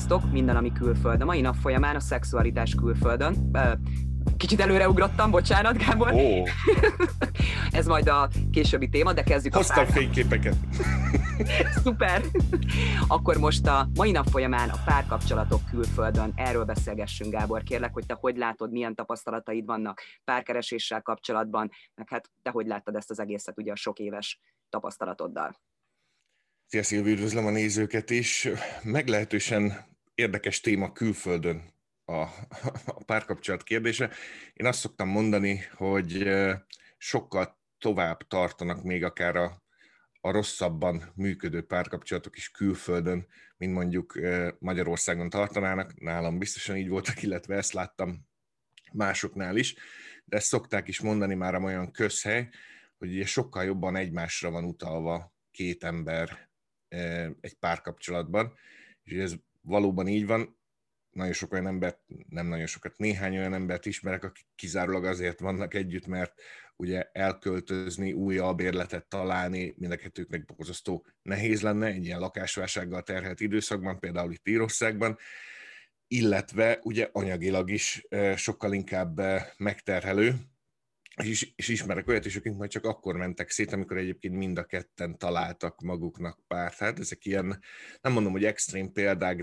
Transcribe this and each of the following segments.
Sziasztok, minden, ami külföld. A mai nap folyamán a szexualitás külföldön. Kicsit előreugrottam, bocsánat, Gábor. Ó. Ez majd a későbbi téma, de kezdjük Hoztam fényképeket. Szuper. Akkor most a mai nap folyamán a párkapcsolatok külföldön. Erről beszélgessünk, Gábor. Kérlek, hogy te hogy látod, milyen tapasztalataid vannak párkereséssel kapcsolatban, meg hát te hogy láttad ezt az egészet ugye a sok éves tapasztalatoddal. Szia Szilvi, üdvözlöm a nézőket is. Meglehetősen érdekes téma külföldön a párkapcsolat kérdése. Én azt szoktam mondani, hogy sokkal tovább tartanak még akár a rosszabban működő párkapcsolatok is külföldön, mint mondjuk Magyarországon tartanának. Nálam biztosan így voltak, illetve ezt láttam másoknál is, de ezt szokták is mondani már olyan közhely, hogy ugye sokkal jobban egymásra van utalva két ember egy párkapcsolatban, és ez valóban így van. Nagyon sok olyan embert, nem nagyon sokat, néhány olyan embert ismerek, akik kizárólag azért vannak együtt, mert ugye elköltözni, új albérletet találni, mind a kettőknek borzasztó nehéz lenne egy ilyen lakásválsággal terhelt időszakban, például itt Írországban, illetve ugye anyagilag is sokkal inkább megterhelő, és ismerek olyat is, akik majd csak akkor mentek szét, amikor egyébként mind a ketten találtak maguknak párt. Hát ezek ilyen, nem mondom, hogy extrém példák,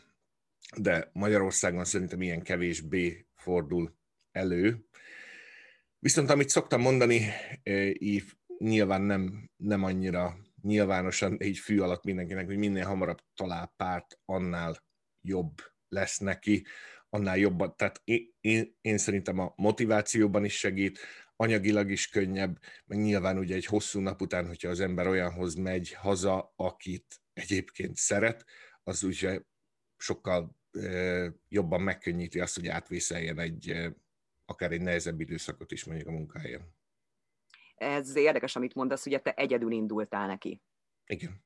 de Magyarországon szerintem ilyen kevésbé fordul elő. Viszont amit szoktam mondani, így nyilván nem annyira nyilvánosan, így fű alatt mindenkinek, hogy minél hamarabb talál párt, annál jobb lesz neki, annál jobban, tehát én szerintem a motivációban is segít, anyagilag is könnyebb, meg nyilván ugye egy hosszú nap után, hogyha az ember olyanhoz megy haza, akit egyébként szeret, az ugye sokkal jobban megkönnyíti azt, hogy átvészeljen akár egy nehezebb időszakot is mondjuk a munkahelyen. Ez érdekes, amit mondasz, ugye te egyedül indultál neki. Igen.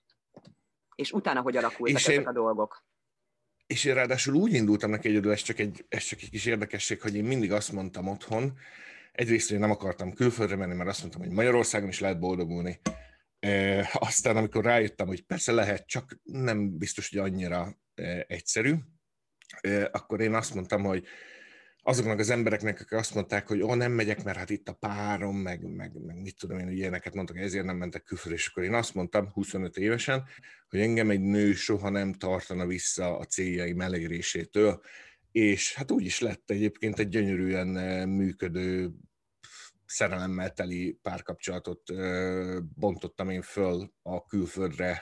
És utána hogy alakultak ezek a dolgok? És én ráadásul úgy indultam neki egyedül, ez csak egy kis érdekesség, hogy én mindig azt mondtam otthon, egyrészt, hogy nem akartam külföldre menni, mert azt mondtam, hogy Magyarországon is lehet boldogulni. Aztán, amikor rájöttem, hogy persze lehet, csak nem biztos, hogy annyira egyszerű, akkor én azt mondtam, hogy azoknak az embereknek, akik azt mondták, hogy nem megyek, mert hát itt a párom, meg mit tudom én, ilyeneket mondtak, ezért nem mentek külföldre, és akkor én azt mondtam 25 évesen, hogy engem egy nő soha nem tartana vissza a céljaim elérésétől, és hát úgy is lett egyébként egy gyönyörűen működő, szerelemmel teli párkapcsolatot bontottam én föl a külföldre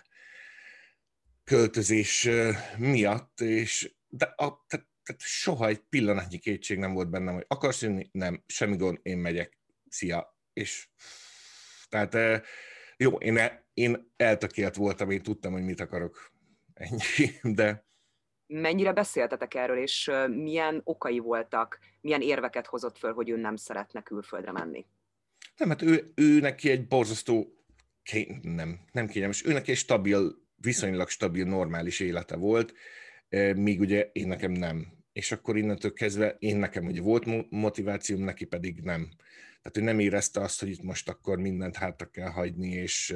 költözés miatt, tehát soha egy pillanatnyi kétség nem volt bennem, hogy akarsz jönni? Nem, semmi gond, én megyek, szia. És tehát jó, én eltökélt voltam, én tudtam, hogy mit akarok, ennyi, de... Mennyire beszéltetek erről, és milyen okai voltak, milyen érveket hozott föl, hogy ő nem szeretne külföldre menni? Nem, hát ő neki egy borzasztó, nem kényelmes, ő neki egy stabil, viszonylag stabil, normális élete volt, míg ugye én nekem nem. És akkor innentől kezdve nekem ugye volt motivációm, neki pedig nem. Tehát ő nem érezte azt, hogy itt most akkor mindent hátra kell hagyni, és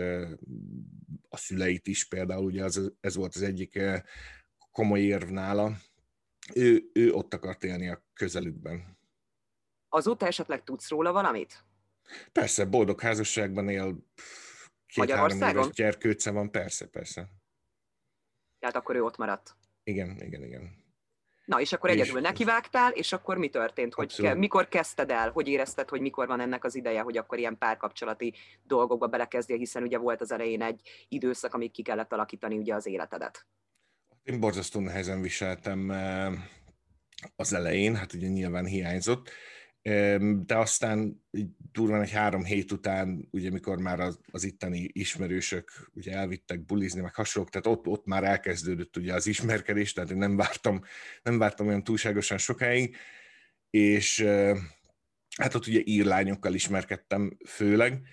a szüleit is például, ugye ez volt az egyik komoly érv nála. Ő ott akart élni a közelükben. Azóta esetleg tudsz róla valamit? Persze, boldog házasságban él, 2-3 éves gyerkőce van, persze. Tehát akkor ő ott maradt. Igen. Na, és akkor egyedül nekivágtál, és akkor mi történt? Mikor kezdted el? Hogy érezted, hogy mikor van ennek az ideje, hogy akkor ilyen párkapcsolati dolgokba belekezdél, hiszen ugye volt az elején egy időszak, amíg ki kellett alakítani ugye az életedet. Én borzasztó nehezen viseltem az elején, hát ugye nyilván hiányzott, de aztán durván egy 3 hét után, ugye mikor már az itteni ismerősök ugye elvittek bulizni, meg hasonlók, tehát ott már elkezdődött ugye az ismerkedés, tehát én nem vártam olyan túlságosan sokáig, és hát ott ugye ír lányokkal ismerkedtem főleg,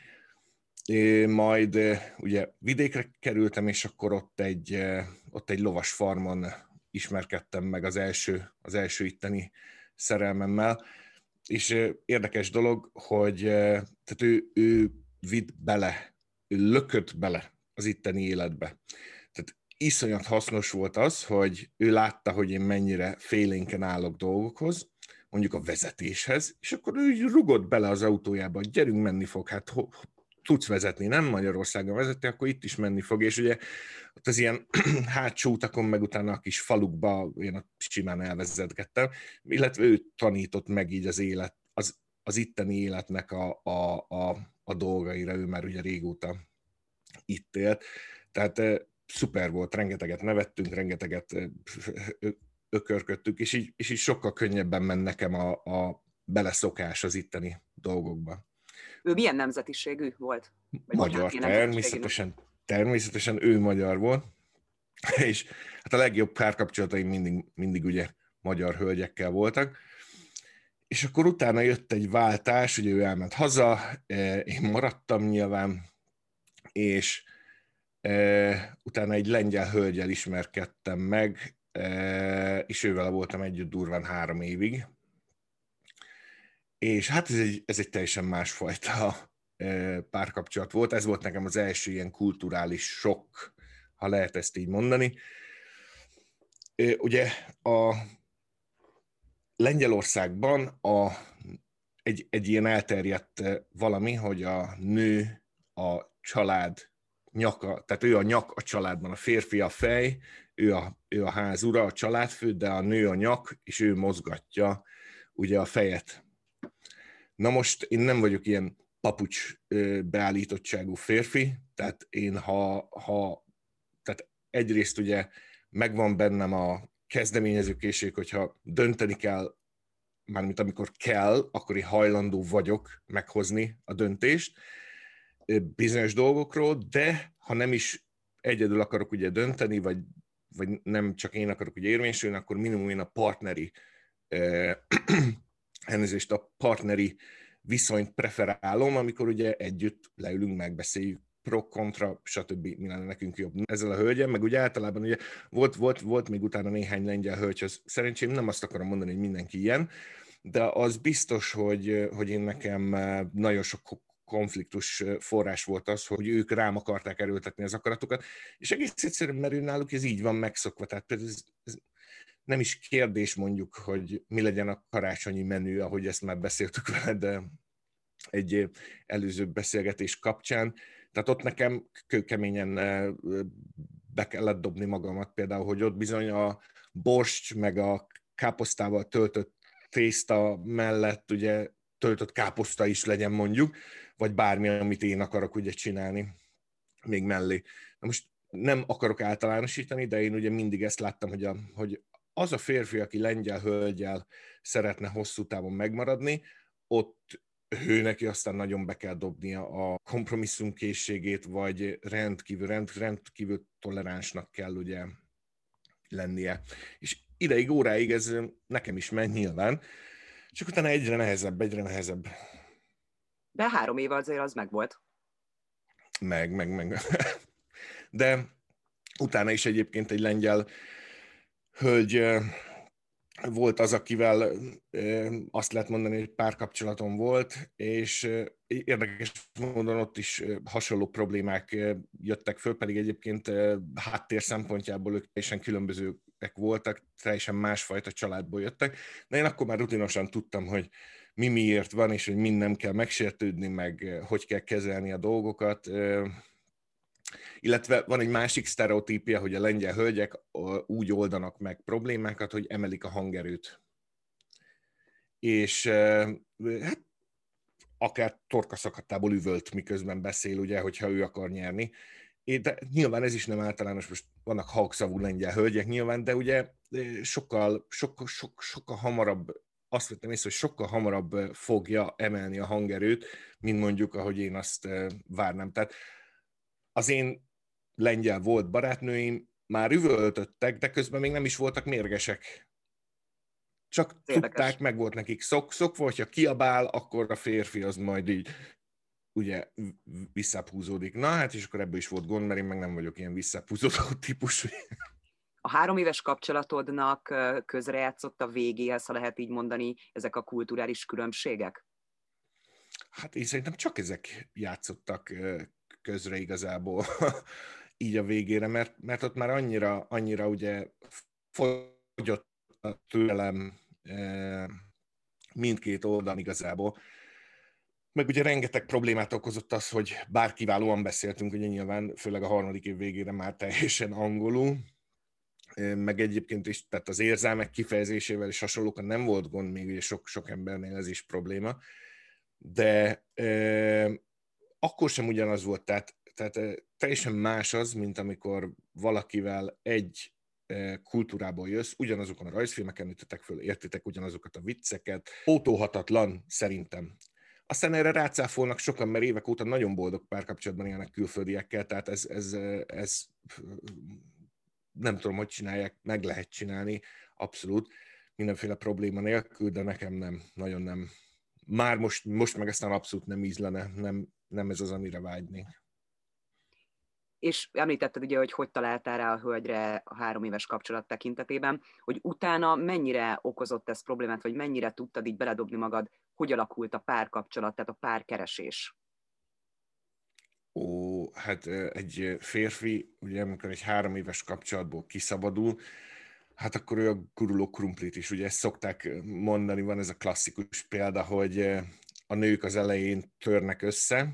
majd ugye vidékre kerültem, és akkor ott egy lovas farmon ismerkedtem meg az első itteni szerelmemmel, és érdekes dolog, hogy tehát ő vitt bele, ő lökött bele az itteni életbe. Tehát iszonyat hasznos volt az, hogy ő látta, hogy én mennyire félénken állok dolgokhoz, mondjuk a vezetéshez, és akkor ő rugott bele az autójába, hogy gyerünk, menni fog, hát tudsz vezetni, nem Magyarországon vezeti, akkor itt is menni fog, és ugye ott az ilyen hátsó utakon, meg utána a kis falukba én ott simán elvezetgettem, illetve ő tanított meg így az élet, az itteni életnek a dolgaira, ő már ugye régóta itt élt, tehát szuper volt, rengeteget nevettünk, rengeteget ökörködtük, és így sokkal könnyebben ment nekem a beleszokás az itteni dolgokba. Ő milyen nemzetiségű volt? Magyar, természetesen ő magyar volt, és hát a legjobb párkapcsolataim mindig ugye magyar hölgyekkel voltak, és akkor utána jött egy váltás, ugye ő elment haza, én maradtam nyilván, és utána egy lengyel hölgyel ismerkedtem meg, és ővel voltam együtt durván 3 évig. És hát ez egy teljesen másfajta párkapcsolat volt. Ez volt nekem az első ilyen kulturális sok, ha lehet ezt így mondani. Ugye a Lengyelországban egy ilyen elterjedt valami, hogy a nő a család nyaka, tehát ő a nyak a családban, a férfi a fej, ő a ház ura, a családfő, de a nő a nyak, és ő mozgatja ugye a fejet. Na most én nem vagyok ilyen papucs beállítottságú férfi, tehát én tehát egyrészt ugye megvan bennem a kezdeményezőkészség, hogyha dönteni kell, mármint amikor kell, akkor én hajlandó vagyok meghozni a döntést bizonyos dolgokról, de ha nem is egyedül akarok ugye dönteni, vagy nem csak én akarok ugye érvényesülni, akkor minimum én a partneri elnézést, a partneri viszonyt preferálom, amikor ugye együtt leülünk, megbeszéljük pro, kontra, stb. Mi lenne nekünk jobb ezzel a hölgyem, meg ugye általában ugye volt még utána néhány lengyel hölgyhöz. Szerencsém nem azt akarom mondani, hogy mindenki ilyen, de az biztos, hogy én nekem nagyon sok konfliktus forrás volt az, hogy ők rám akarták erőltetni az akaratukat, és egész egyszerűen, mert náluk ez így van megszokva, tehát például ez nem is kérdés mondjuk, hogy mi legyen a karácsonyi menü, ahogy ezt már beszéltük veled egy előző beszélgetés kapcsán. Tehát ott nekem kőkeményen be kellett dobni magamat például, hogy ott bizony a borscs meg a káposztával töltött tészta mellett ugye töltött káposzta is legyen mondjuk, vagy bármi, amit én akarok ugye csinálni még mellé. Na most nem akarok általánosítani, de én ugye mindig ezt láttam, hogy az a férfi, aki lengyel hölgyel szeretne hosszú távon megmaradni, ott ő neki aztán nagyon be kell dobnia a kompromisszumkészségét, vagy rendkívül toleránsnak kell ugye lennie. És ideig, óráig ez nekem is ment nyilván, csak utána egyre nehezebb. De 3 éve azért az megvolt. Meg. De utána is egyébként egy lengyel hölgy volt az, akivel azt lehet mondani, hogy párkapcsolatom volt, és érdekes módon ott is hasonló problémák jöttek föl, pedig egyébként háttér szempontjából ők teljesen különbözőek voltak, teljesen másfajta családból jöttek, de én akkor már rutinosan tudtam, hogy mi miért van, és hogy mind nem kell megsértődni, meg hogy kell kezelni a dolgokat. Illetve van egy másik sztereotípia, hogy a lengyel hölgyek úgy oldanak meg problémákat, hogy emelik a hangerőt. És hát akár torkaszakadtából üvölt, miközben beszél, ugye, hogyha ő akar nyerni. De nyilván ez is nem általános, most vannak halkszavú lengyel hölgyek nyilván, de ugye sokkal hamarabb, azt vettem észre, hogy sokkal hamarabb fogja emelni a hangerőt, mint mondjuk, ahogy én azt várnám. Tehát az én lengyel volt barátnőim már üvöltöttek, de közben még nem is voltak mérgesek. Csak tudták, meg volt nekik szokva, hogyha kiabál, akkor a férfi az majd így ugye visszahúzódik. Na hát, és akkor ebből is volt gond, mert én meg nem vagyok ilyen visszahúzódó típusú. A 3 éves kapcsolatodnak közrejátszott a végéhez, ha lehet így mondani, ezek a kulturális különbségek? Hát én szerintem csak ezek játszottak közre igazából. így a végére, mert ott már annyira ugye fogyott a türelem mindkét oldalon igazából. Meg ugye rengeteg problémát okozott az, hogy bár kiválóan beszéltünk, ugye nyilván főleg a harmadik év végére már teljesen angolul, meg egyébként is, tehát az érzelmek kifejezésével és hasonlókan nem volt gond, még ugye sok embernél ez is probléma, de akkor sem ugyanaz volt, tehát teljesen más az, mint amikor valakivel egy kultúrából jössz, ugyanazokon a rajzfilmeken ütöttek föl, értitek ugyanazokat a vicceket, pótolhatatlan szerintem. Aztán erre rácáfolnak sokan, mert évek óta nagyon boldog párkapcsolatban élnek külföldiekkel, tehát ez nem tudom, hogy csinálják, meg lehet csinálni, abszolút, mindenféle probléma nélkül, de nekem nem, nagyon nem. Már most meg aztán abszolút nem ízlene, nem ez az, amire vágynék. És említetted ugye, hogy találtál rá a hölgyre a 3 éves kapcsolat tekintetében, hogy utána mennyire okozott ez problémát, vagy mennyire tudtad így beledobni magad, hogy alakult a párkapcsolat, tehát a párkeresés? Hát egy férfi, ugye amikor egy 3 éves kapcsolatból kiszabadul, hát akkor ő a guruló krumplit is, ugye ezt szokták mondani, van ez a klasszikus példa, hogy a nők az elején törnek össze,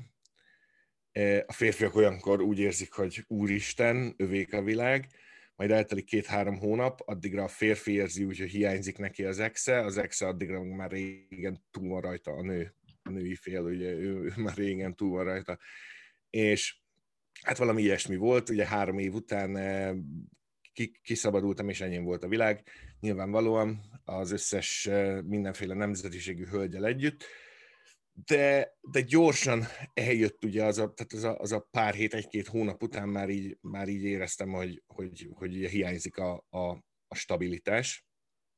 a férfiak olyankor úgy érzik, hogy úristen, övék a világ, majd eltelik 2-3 hónap, addigra a férfi érzi úgy, hogy hiányzik neki az exe addigra már régen túl van rajta a női fél, ugye ő már régen túl van rajta. És hát valami ilyesmi volt, ugye 3 év után kiszabadultam, és ennyi volt a világ, nyilvánvalóan az összes mindenféle nemzetiségű hölgyel együtt, de gyorsan eljött ugye az a pár hét, 1-2 hónap után már így éreztem, hogy hiányzik a stabilitás,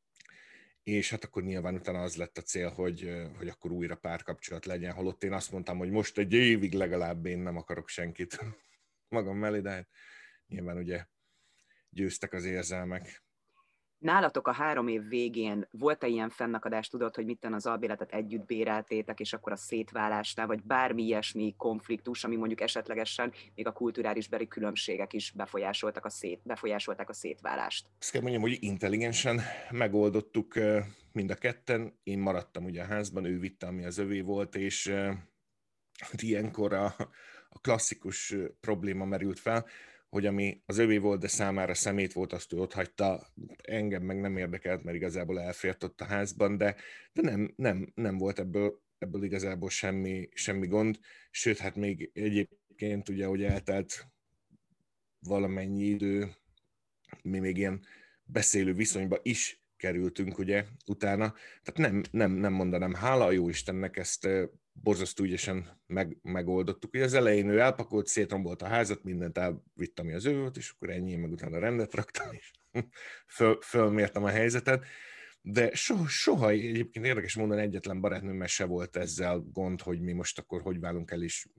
és hát akkor nyilván utána az lett a cél, hogy akkor újra párkapcsolat legyen, holott én azt mondtam, hogy most egy évig legalább én nem akarok senkit magam mellé, de hát nyilván ugye győztek az érzelmek. Nálatok a 3 év végén volt-e ilyen fennakadás, tudod, hogy mitten az albéletet együtt béreltétek, és akkor a szétválásnál, vagy bármi ilyesmi konfliktus, ami mondjuk esetlegesen még a kulturális beli különbségek is befolyásolták a szétválást? Azt kell mondjam, hogy intelligensen megoldottuk mind a ketten. Én maradtam ugye a házban, ő vitte, ami az övé volt, és ilyenkor a klasszikus probléma merült fel, hogy ami az övé volt, de számára szemét volt, azt ő ott hagyta, engem meg nem érdekelt, mert igazából elfért ott a házban, de nem volt ebből igazából semmi gond, sőt, hát még egyébként ugye, hogy eltelt valamennyi idő, mi még ilyen beszélő viszonyba is kerültünk ugye utána, tehát nem mondanám, hála a jó Istennek, ezt borzasztó ügyesen megoldottuk. Ugye az elején ő elpakolt, szétrombolt a házat, mindent elvitt, ami az ő volt, és akkor ennyi, meg utána rendet raktam, és fölmértem a helyzetet. De soha egyébként érdekes mondani, egyetlen barátnőmmel se volt ezzel gond, hogy mi most akkor hogy válunk el, és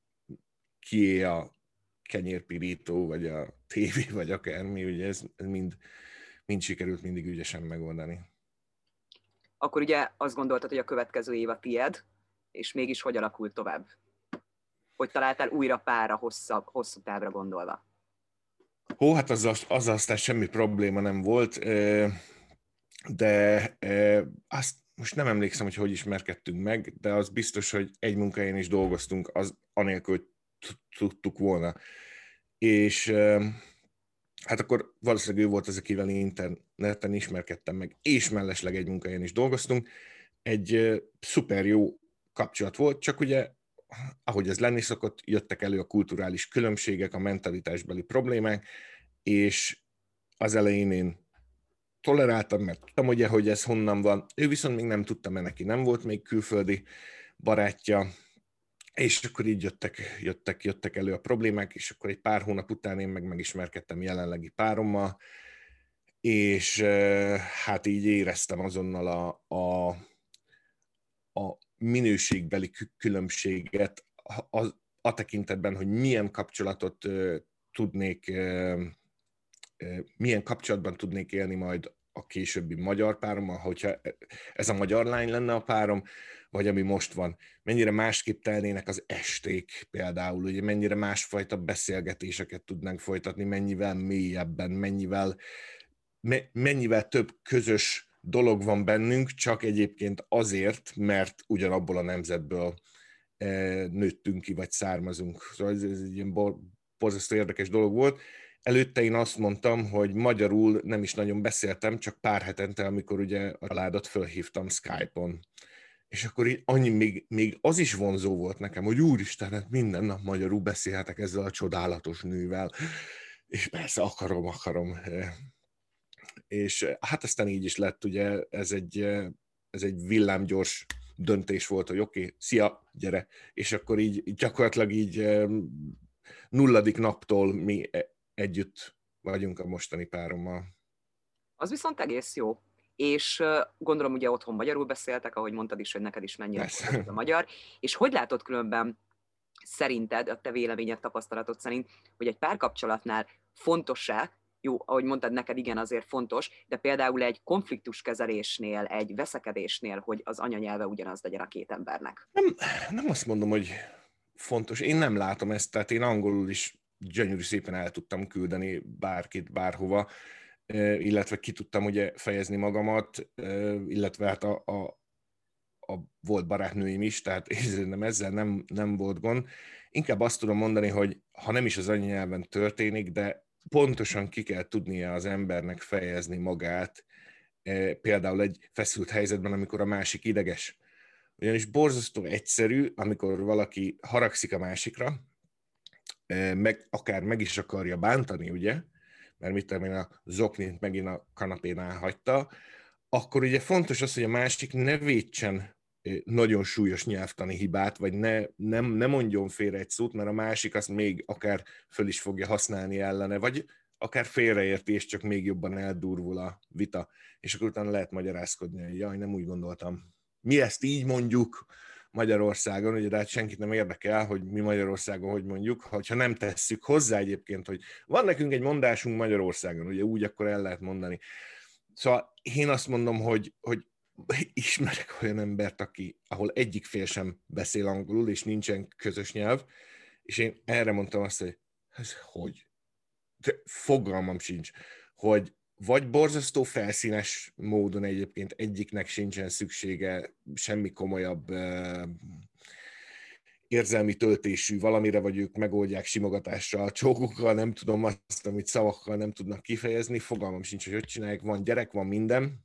kié a kenyérpirító, vagy a tévé, vagy akármi, ugye ez mind sikerült mindig ügyesen megoldani. Akkor ugye azt gondoltad, hogy a következő év a tied, és mégis hogy alakult tovább? Hogy találtál újra párra hosszú távra gondolva? Hát azzal aztán semmi probléma nem volt, de azt most nem emlékszem, hogy ismerkedtünk meg, de az biztos, hogy egy munkahelyen is dolgoztunk, az anélkül, hogy tudtuk volna. És hát akkor valószínűleg ő volt az, akivel interneten ismerkedtem meg, és mellesleg egy munkahelyen is dolgoztunk. Egy szuper jó kapcsolat volt, csak ugye, ahogy ez lenni szokott, jöttek elő a kulturális különbségek, a mentalitásbeli problémák, és az elején én toleráltam, mert tudtam ugye, hogy ez honnan van. Ő viszont még nem tudta, mert neki nem volt még külföldi barátja, és akkor így jöttek elő a problémák, és akkor egy pár hónap után én megismerkedtem jelenlegi párommal, és hát így éreztem azonnal a minőségbeli különbséget a tekintetben, hogy milyen kapcsolatot milyen kapcsolatban tudnék élni majd a későbbi magyar párommal, hogyha ez a magyar lány lenne a párom, vagy ami most van. Mennyire másképp telnének az esték például, ugye mennyire másfajta beszélgetéseket tudnánk folytatni, mennyivel mélyebben, mennyivel több közös dolog van bennünk, csak egyébként azért, mert ugyanabból a nemzetből nőttünk ki, vagy származunk. Szóval ez egy ilyen borzasztó érdekes dolog volt. Előtte én azt mondtam, hogy magyarul nem is nagyon beszéltem, csak pár hetente, amikor ugye a családot fölhívtam Skype-on. És akkor így még az is vonzó volt nekem, hogy úristen, hát minden nap magyarul beszélhetek ezzel a csodálatos nővel. És persze akarom. És hát aztán így is lett, ugye ez egy villámgyors döntés volt, hogy oké, szia, gyere. És akkor így gyakorlatilag így nulladik naptól mi együtt vagyunk a mostani párommal. Az viszont egész jó. És gondolom ugye otthon magyarul beszéltek, ahogy mondtad is, hogy neked is mennyire fontos a magyar. És hogy látod különben szerinted, a te véleményed, tapasztalatod szerint, hogy egy párkapcsolatnál fontos-e, jó, ahogy mondtad, neked igen, azért fontos, de például egy konfliktuskezelésnél, egy veszekedésnél, hogy az anyanyelve ugyanaz legyen a két embernek? Nem azt mondom, hogy fontos. Én nem látom ezt, tehát én angolul is gyönyörű szépen el tudtam küldeni bárkit, bárhova, illetve ki tudtam ugye fejezni magamat, illetve hát a volt barátnőim is, tehát ezzel nem volt gond. Inkább azt tudom mondani, hogy ha nem is az anyanyelven történik, de pontosan ki kell tudnia az embernek fejezni magát, például egy feszült helyzetben, amikor a másik ideges. Ugyanis borzasztó egyszerű, amikor valaki haragszik a másikra, akár meg is akarja bántani, ugye, mert mit tudom én, a zoknit megint a kanapénál hagyta, akkor ugye fontos az, hogy a másik ne vétsen nagyon súlyos nyelvtani hibát, vagy ne mondjon félre egy szót, mert a másik azt még akár föl is fogja használni ellene, vagy akár félreérti, és csak még jobban eldurvul a vita. És akkor utána lehet magyarázkodni, hogy jaj, nem úgy gondoltam. Mi ezt így mondjuk Magyarországon, ugye, de hát senkit nem érdekel, hogy mi Magyarországon hogy mondjuk, ha nem tesszük hozzá egyébként, hogy van nekünk egy mondásunk Magyarországon, ugye úgy akkor el lehet mondani. Szóval én azt mondom, hogy ismerek olyan embert, ahol egyik fél sem beszél angolul, és nincsen közös nyelv, és én erre mondtam azt, hogy ez hogy? De fogalmam sincs, hogy vagy borzasztó felszínes módon egyébként egyiknek sincsen szüksége semmi komolyabb érzelmi töltésű valamire, vagy ők megoldják simogatással, csókokkal, nem tudom azt, amit szavakkal nem tudnak kifejezni, fogalmam sincs, hogy csinálják, van gyerek, van minden,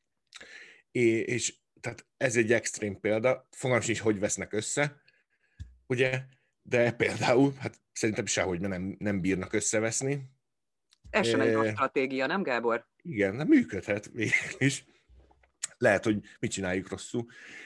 és tehát ez egy extrém példa, fogalmam sincs, hogy vesznek össze, ugye, de például, hát szerintem sehogy, mert nem bírnak összeveszni. Ez sem egy rossz stratégia, nem Gábor? Igen, nem működhet végül is. Lehet, hogy mit csináljuk rosszul.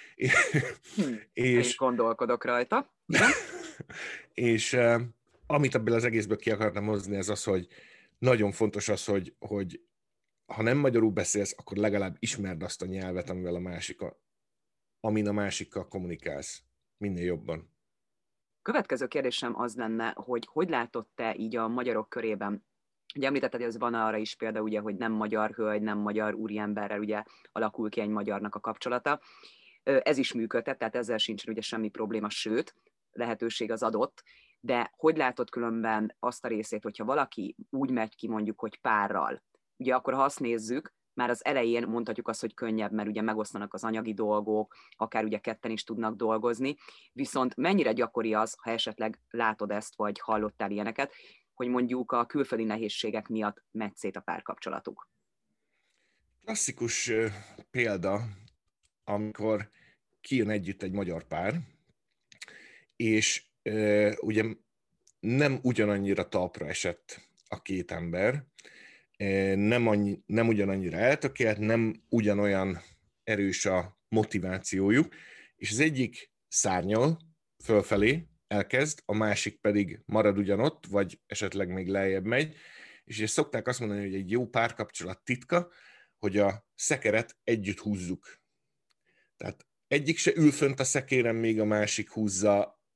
És gondolkodok rajta. És amit ebből az egészből ki akartam hozni, ez az, hogy nagyon fontos az, hogy ha nem magyarul beszélsz, akkor legalább ismerd azt a nyelvet, amin a másikkal kommunikálsz. Minél jobban. Következő kérdésem az lenne, hogy látod te így a magyarok körében? Ugye említetted, hogy ez van arra is példa, ugye, hogy nem magyar hölgy, nem magyar úriemberrel ugye alakul ki egy magyarnak a kapcsolata. Ez is működhet, tehát ezzel sincsen ugye semmi probléma, sőt, lehetőség az adott, de hogy látod különben azt a részét, hogyha valaki úgy megy ki mondjuk, hogy párral, ugye akkor ha azt nézzük, már az elején mondhatjuk azt, hogy könnyebb, mert ugye megosztanak az anyagi dolgok, akár ugye ketten is tudnak dolgozni, viszont mennyire gyakori az, ha esetleg látod ezt, vagy hallottál ilyeneket, hogy mondjuk a külföldi nehézségek miatt megy szét a párkapcsolatuk? Klasszikus példa, amikor kijön együtt egy magyar pár, és ugye nem ugyanannyira talpra esett a két ember, nem ugyanannyira eltökélt, nem ugyanolyan erős a motivációjuk, és az egyik szárnyal fölfelé elkezd, a másik pedig marad ugyanott, vagy esetleg még lejjebb megy, és ezt szokták azt mondani, hogy egy jó párkapcsolat titka, hogy a szekeret együtt húzzuk. Tehát egyik se ül fönt a szekéren, még a másik húzza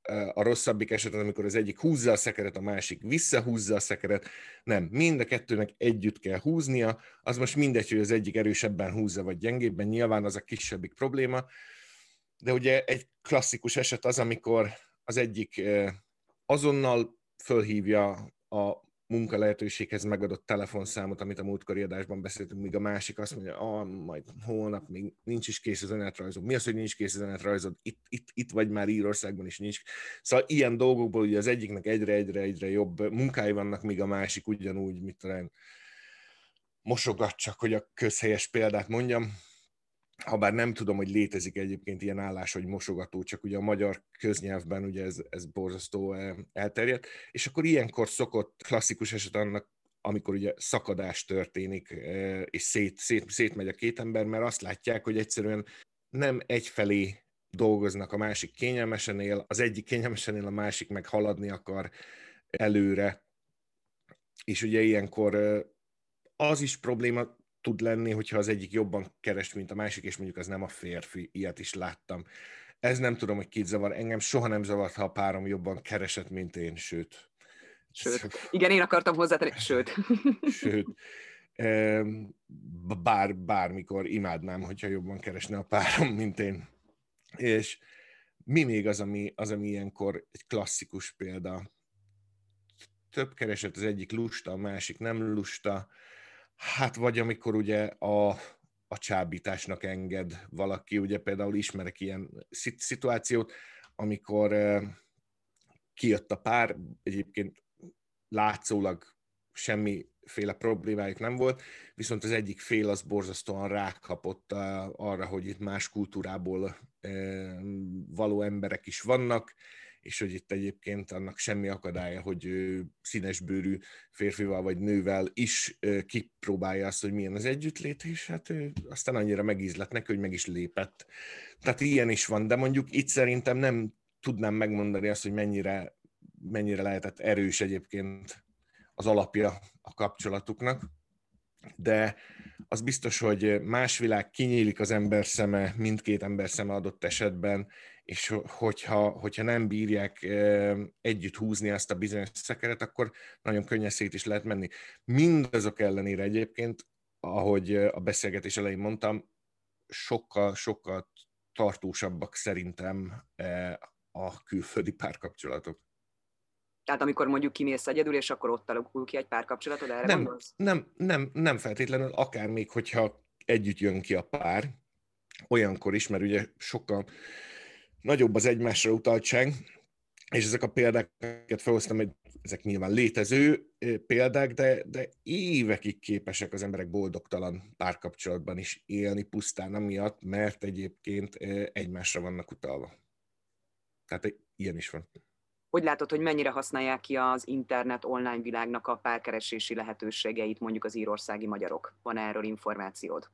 a rosszabbik esetben, amikor az egyik húzza a szekeret, a másik visszahúzza a szekeret. Nem, mind a kettőnek együtt kell húznia, az most mindegy, hogy az egyik erősebben húzza, vagy gyengébben, nyilván az a kisebbik probléma, de ugye egy klasszikus eset az, amikor az egyik azonnal fölhívja a munka lehetőséghez megadott telefonszámot, amit a múltkori adásban beszéltünk, míg a másik azt mondja, majd holnap még nincs is kész az önéletrajzod. Mi az, hogy nincs kész az önéletrajzod? Itt vagy már Írországban is nincs. Szóval ilyen dolgokból ugye az egyiknek egyre jobb munkái vannak, míg a másik ugyanúgy, mit talán mosogat, csak hogy a közhelyes példát mondjam. Habár nem tudom, hogy létezik egyébként ilyen állás, hogy mosogató, csak ugye a magyar köznyelvben ugye ez borzasztó elterjedt, és akkor ilyenkor szokott klasszikus eset annak, amikor ugye szakadás történik, és szétmegy a két ember, mert azt látják, hogy egyszerűen nem egyfelé dolgoznak, a másik kényelmesen él, az egyik kényelmesen él, a másik meg haladni akar előre, és ugye ilyenkor az is probléma tud lenni, hogyha az egyik jobban keres, mint a másik, és mondjuk az nem a férfi, ilyet is láttam. Ez nem tudom, hogy kit zavar. Engem soha nem zavart, ha a párom jobban keresett, mint én, sőt. Igen, én akartam hozzátenni, Sőt. Bármikor imádnám, hogyha jobban keresne a párom, mint én. És mi még az, ami ilyenkor egy klasszikus példa? Több keresett, az egyik lusta, a másik nem lusta. Hát vagy amikor ugye a csábításnak enged valaki, ugye például ismerek ilyen szituációt, amikor kijött a pár, egyébként látszólag semmiféle problémájuk nem volt, viszont az egyik fél az borzasztóan rákapott arra, hogy itt más kultúrából való emberek is vannak, és hogy itt egyébként annak semmi akadálya, hogy színesbőrű férfival vagy nővel is kipróbálja azt, hogy milyen az együttlét, és hát aztán annyira megízlett neki, hogy meg is lépett. Tehát ilyen is van, de mondjuk itt szerintem nem tudnám megmondani azt, hogy mennyire lehetett erős egyébként az alapja a kapcsolatuknak, de az biztos, hogy más világ, kinyílik az ember szeme, mindkét ember szeme adott esetben, és hogyha nem bírják együtt húzni azt a bizonyos szekeret, akkor nagyon könnyen szét is lehet menni. Mindazok ellenére egyébként, ahogy a beszélgetés elején mondtam, sokkal tartósabbak szerintem a külföldi párkapcsolatok. Tehát amikor mondjuk kimész egyedül, és akkor ott alakul ki egy párkapcsolatod, erre gondolsz? Nem feltétlenül, akár még hogyha együtt jön ki a pár, olyankor is, mert ugye sokkal nagyobb az egymásra utaltság, és ezek a példákat felhoztam, hogy ezek nyilván létező példák, de évekig képesek az emberek boldogtalan párkapcsolatban is élni pusztán amiatt, mert egyébként egymásra vannak utalva. Tehát ilyen is van. Hogy látod, hogy mennyire használják ki az internet online világnak a párkeresési lehetőségeit mondjuk az írországi magyarok? Van erről információd?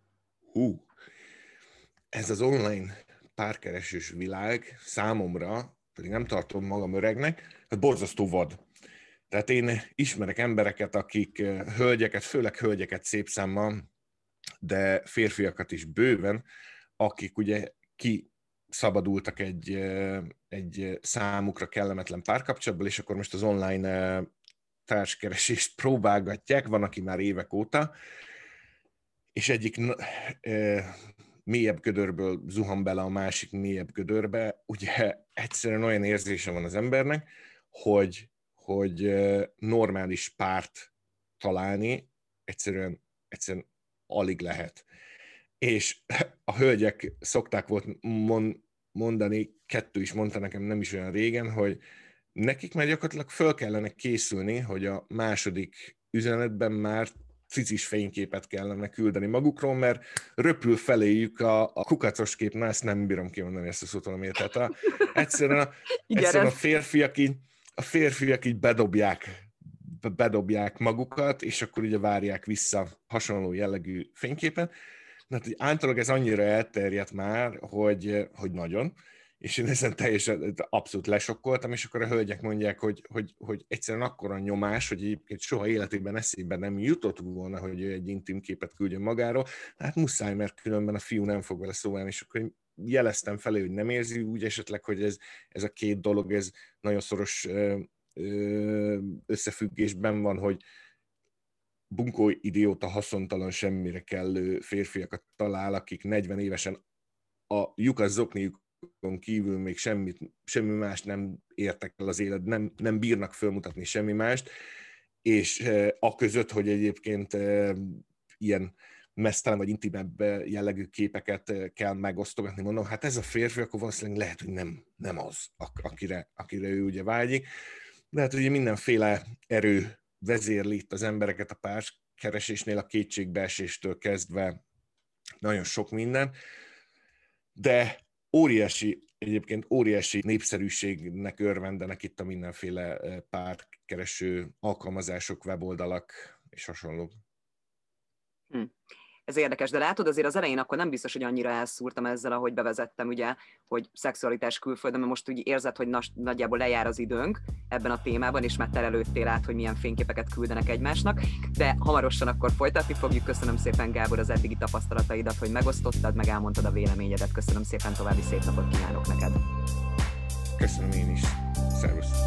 Ez az online párkeresős világ számomra, pedig nem tartom magam öregnek, hát borzasztó vad. Tehát én ismerek embereket, akik hölgyeket, főleg hölgyeket szép számmal, de férfiakat is bőven, akik ugye kiszabadultak egy számukra kellemetlen párkapcsolatból, és akkor most az online társkeresést próbálgatják, van, aki már évek óta, és egyik mélyebb gödörből zuhan bele a másik mélyebb gödörbe, ugye egyszerűen olyan érzése van az embernek, hogy normális párt találni egyszerűen alig lehet. És a hölgyek szokták volt mondani, kettő is mondta nekem nem is olyan régen, hogy nekik már gyakorlatilag föl kellene készülni, hogy a második üzenetben már cicis fényképet kellene küldeni magukról, mert röpül feléjük a kukacos kép, na ezt nem bírom kimondani, ezt a szót valamiért. Tehát egyszerűen a férfiak így bedobják magukat, és akkor ugye várják vissza hasonló jellegű fényképen. Hát általában ez annyira elterjedt már, hogy nagyon, és én ezen teljesen abszolút lesokkoltam, és akkor a hölgyek mondják, hogy egyszerűen akkora nyomás, hogy egyébként soha életében eszébe nem jutott volna, hogy ő egy intim képet küldjön magáról, hát muszáj, mert különben a fiú nem fog vele szólni, és akkor jeleztem felé, hogy nem érzi úgy esetleg, hogy ez a két dolog, ez nagyon szoros összefüggésben van, hogy bunkó idióta, haszontalan, semmire kellő férfiakat talál, akik 40 évesen a lyukas zokniukon kívül még semmi mást nem értek el az élet, nem bírnak fölmutatni semmi mást, és aközött, hogy egyébként ilyen mesztelen vagy intimebb jellegű képeket kell megosztogatni, mondom, hát ez a férfi, akkor valószínűleg lehet, hogy nem az, akire ő ugye vágyik. De hát ugye mindenféle erő vezérli itt az embereket a párkeresésnél, a kétségbeeséstől kezdve nagyon sok minden, de egyébként óriási népszerűségnek örvendenek itt a mindenféle párkereső alkalmazások, weboldalak és hasonlók. Ez érdekes, de látod, azért az elején akkor nem biztos, hogy annyira elszúrtam ezzel, ahogy bevezettem, ugye, hogy szexualitás külföldön, mert most úgy érzed, hogy nagyjából lejár az időnk ebben a témában, és már terelődtél át, hogy milyen fényképeket küldenek egymásnak, de hamarosan akkor folytatni fogjuk. Köszönöm szépen, Gábor, az eddigi tapasztalataidat, hogy megosztottad, meg elmondtad a véleményedet. Köszönöm szépen, további szép napot kívánok neked. Köszönöm én is. Szervusz.